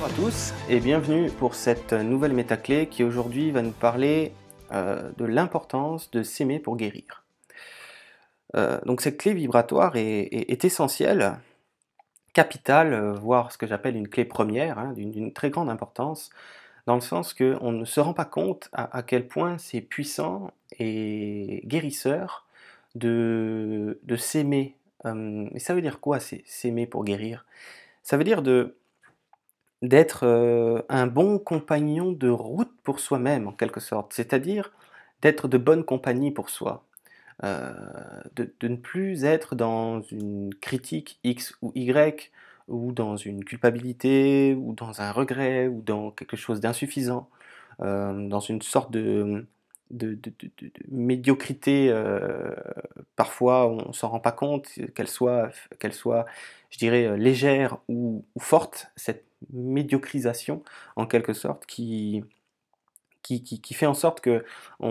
à tous et bienvenue pour cette nouvelle métaclé qui aujourd'hui va nous parler de l'importance de s'aimer pour guérir. Donc cette clé vibratoire est essentielle, capitale, voire ce que j'appelle une clé première, hein, d'une très grande importance, dans le sens qu'on ne se rend pas compte à quel point c'est puissant et guérisseur de s'aimer. Et ça veut dire quoi, s'aimer pour guérir? Ça veut dire d'être, un bon compagnon de route pour soi-même en quelque sorte, c'est-à-dire d'être de bonne compagnie pour soi. Heu, de ne plus être dans une critique X ou Y, ou dans une culpabilité, ou dans un regret, ou dans quelque chose d'insuffisant, dans une sorte de médiocrité, parfois on s'en rend pas compte, qu'elle soit, je dirais, légère ou forte, cette médiocrisation en quelque sorte qui fait en sorte qu'on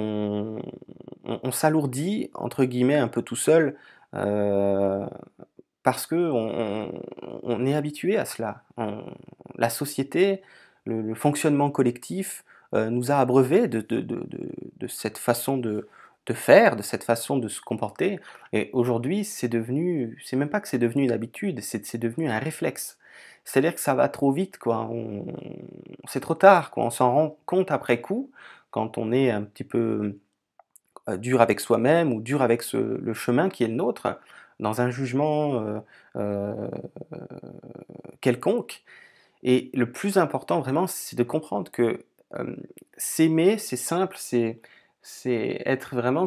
on «s'alourdit» entre guillemets un peu tout seul, heu, parce qu'on est habitué à cela. La société, le fonctionnement collectif, nous a abreuvés de cette façon de faire, de cette façon de se comporter, et aujourd'hui c'est même pas que c'est devenu une habitude, c'est devenu un réflexe. C'est-à-dire que ça va trop vite, quoi. C'est trop tard, quoi. On s'en rend compte après coup, quand on est un petit peu, dur avec soi-même ou dur avec le chemin qui est le nôtre, dans un jugement, heu, quelconque. Et le plus important vraiment, c'est de comprendre que, s'aimer, c'est simple, c'est être vraiment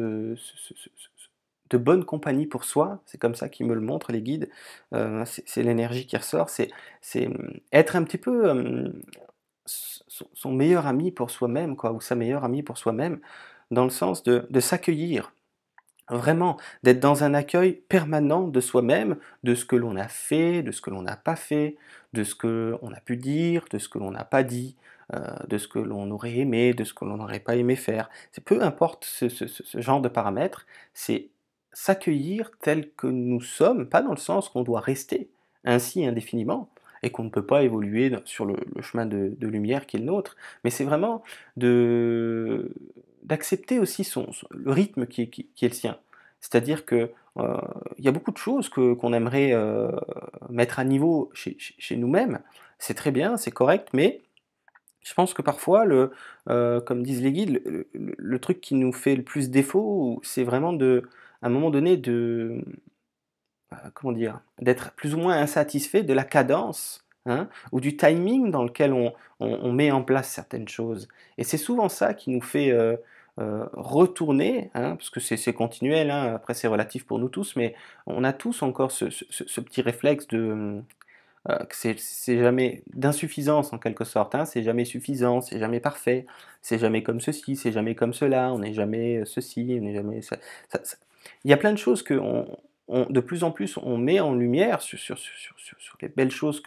de bonne compagnie pour soi. C'est comme ça qu'ils me le montrent les guides, c'est l'énergie qui ressort, être un petit peu, son meilleur ami pour soi-même, quoi, ou sa meilleure amie pour soi-même, dans le sens de s'accueillir. Vraiment, d'être dans un accueil permanent de soi-même, de ce que l'on a fait, de ce que l'on n'a pas fait, de ce qu'on a pu dire, de ce que l'on n'a pas dit, de ce que l'on aurait aimé, de ce que l'on n'aurait pas aimé faire. C'est peu importe ce genre de paramètres, c'est s'accueillir tel que nous sommes, pas dans le sens qu'on doit rester ainsi indéfiniment et qu'on ne peut pas évoluer sur le chemin de lumière qui est le nôtre, mais c'est vraiment de d'accepter aussi le rythme qui est le sien. C'est-à-dire que, il y a beaucoup de choses qu'on aimerait, mettre à niveau chez nous-mêmes. C'est très bien, c'est correct, mais je pense que parfois comme disent les guides, le truc qui nous fait le plus défaut, c'est vraiment à un moment donné comment dire? D'être plus ou moins insatisfait de la cadence, hein, ou du timing dans lequel on met en place certaines choses. Et c'est souvent ça qui nous fait, retourner, hein, parce que c'est continuel, hein, après c'est relatif pour nous tous, mais on a tous encore ce petit réflexe que c'est jamais d'insuffisance en quelque sorte, hein, c'est jamais suffisant, c'est jamais parfait, c'est jamais comme ceci, c'est jamais comme cela, on n'est jamais, ceci, on n'est jamais ça il y a plein de choses de plus en plus on met en lumière sur les belles choses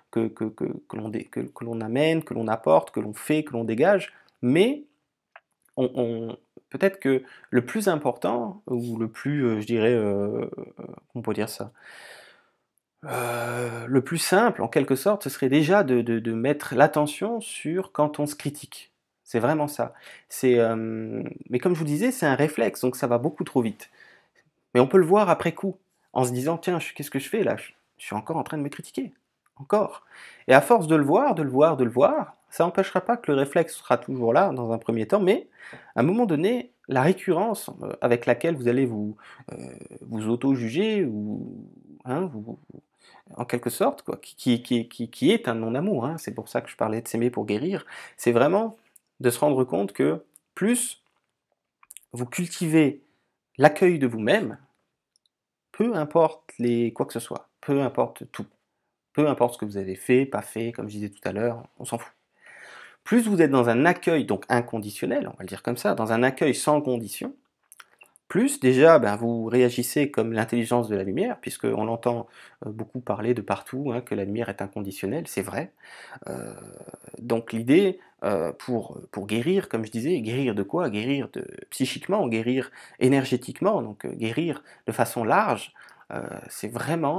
que l'on amène, que l'on apporte, que l'on fait, que l'on dégage, mais peut-être que le plus important ou le plus, je dirais, comment on peut dire ça? Le plus simple, en quelque sorte, ce serait déjà de mettre l'attention sur quand on se critique. C'est vraiment ça. Mais comme je vous disais, c'est un réflexe, donc ça va beaucoup trop vite. Mais on peut le voir après coup, en se disant: «Tiens, qu'est-ce que je fais là? Je suis encore en train de me critiquer, encore». Et à force de le voir, de le voir, de le voir, ça n'empêchera pas que le réflexe sera toujours là dans un premier temps, mais à un moment donné, la récurrence, avec laquelle vous allez vous auto-juger ou hein, en quelque sorte, quoi, qui est un non-amour, hein. C'est pour ça que je parlais de s'aimer pour guérir. C'est vraiment de se rendre compte que plus vous cultivez l'accueil de vous-même, peu importe quoi que ce soit, peu importe tout, peu importe ce que vous avez fait, pas fait, comme je disais tout à l'heure, on s'en fout. Plus vous êtes dans un accueil donc inconditionnel, on va le dire comme ça, dans un accueil sans condition, plus déjà, ben, vous réagissez comme l'intelligence de la lumière, puisqu'on entend beaucoup parler de partout, hein, que la lumière est inconditionnelle, c'est vrai. Heu, donc l'idée, pour guérir, comme je disais, guérir de quoi? Guérir psychiquement, guérir énergétiquement, donc guérir de façon large, c'est vraiment,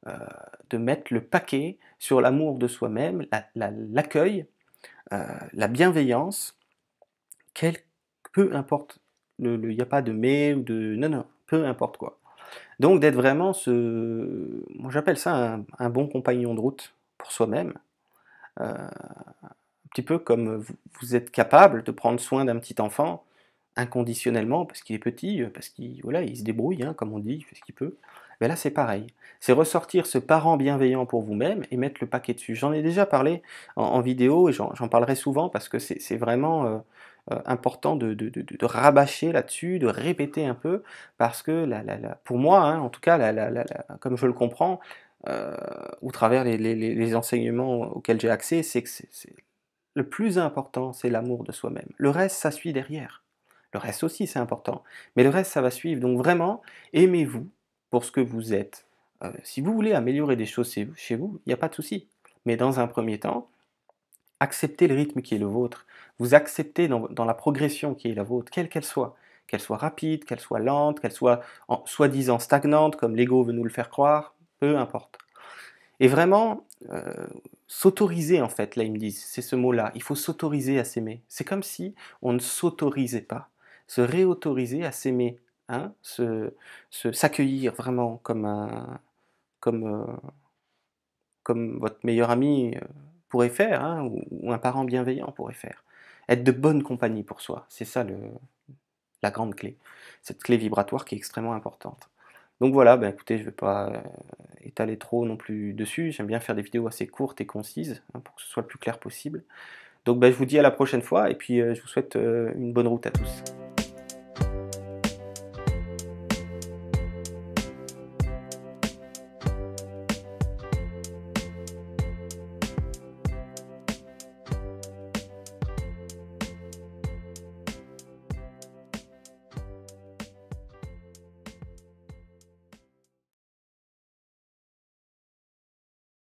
de mettre le paquet sur l'amour de soi-même, l'accueil, la bienveillance, quel peu importe il y a pas de mais ou de non, non, peu importe quoi. Donc d'être vraiment moi j'appelle ça un bon compagnon de route pour soi-même, un petit peu comme vous êtes capable de prendre soin d'un petit enfant inconditionnellement parce qu'il est petit, parce qu'il voilà, il se débrouille, hein, comme on dit, il fait ce qu'il peut. Mais là, c'est pareil. C'est ressortir ce parent bienveillant pour vous-même et mettre le paquet dessus. J'en ai déjà parlé en vidéo et j'en parlerai souvent parce que c'est vraiment important de rabâcher là-dessus, de répéter un peu, parce que pour moi, hein, en tout cas, comme je le comprends, au travers les enseignements auxquels j'ai accès, c'est que le plus important, c'est l'amour de soi-même. Le reste, ça suit derrière. Le reste aussi, c'est important. Mais le reste, ça va suivre. Donc vraiment, aimez-vous pour ce que vous êtes. Si vous voulez améliorer des choses chez vous, il n'y a pas de souci. Mais dans un premier temps, acceptez le rythme qui est le vôtre. Vous acceptez dans la progression qui est la vôtre, quelle qu'elle soit rapide, qu'elle soit lente, qu'elle soit soi-disant stagnante, comme l'ego veut nous le faire croire, peu importe. Et vraiment, s'autoriser en fait, là ils me disent, c'est ce mot-là, il faut s'autoriser à s'aimer. C'est comme si on ne s'autorisait pas. Se réautoriser à s'aimer, hein, s'accueillir vraiment comme, comme votre meilleur ami pourrait faire, hein, ou un parent bienveillant pourrait faire. Être de bonne compagnie pour soi, c'est ça la grande clé. Cette clé vibratoire qui est extrêmement importante. Donc voilà, ben écoutez, je ne vais pas étaler trop non plus dessus. J'aime bien faire des vidéos assez courtes et concises, hein, pour que ce soit le plus clair possible. Donc ben, je vous dis à la prochaine fois et puis je vous souhaite une bonne route à tous.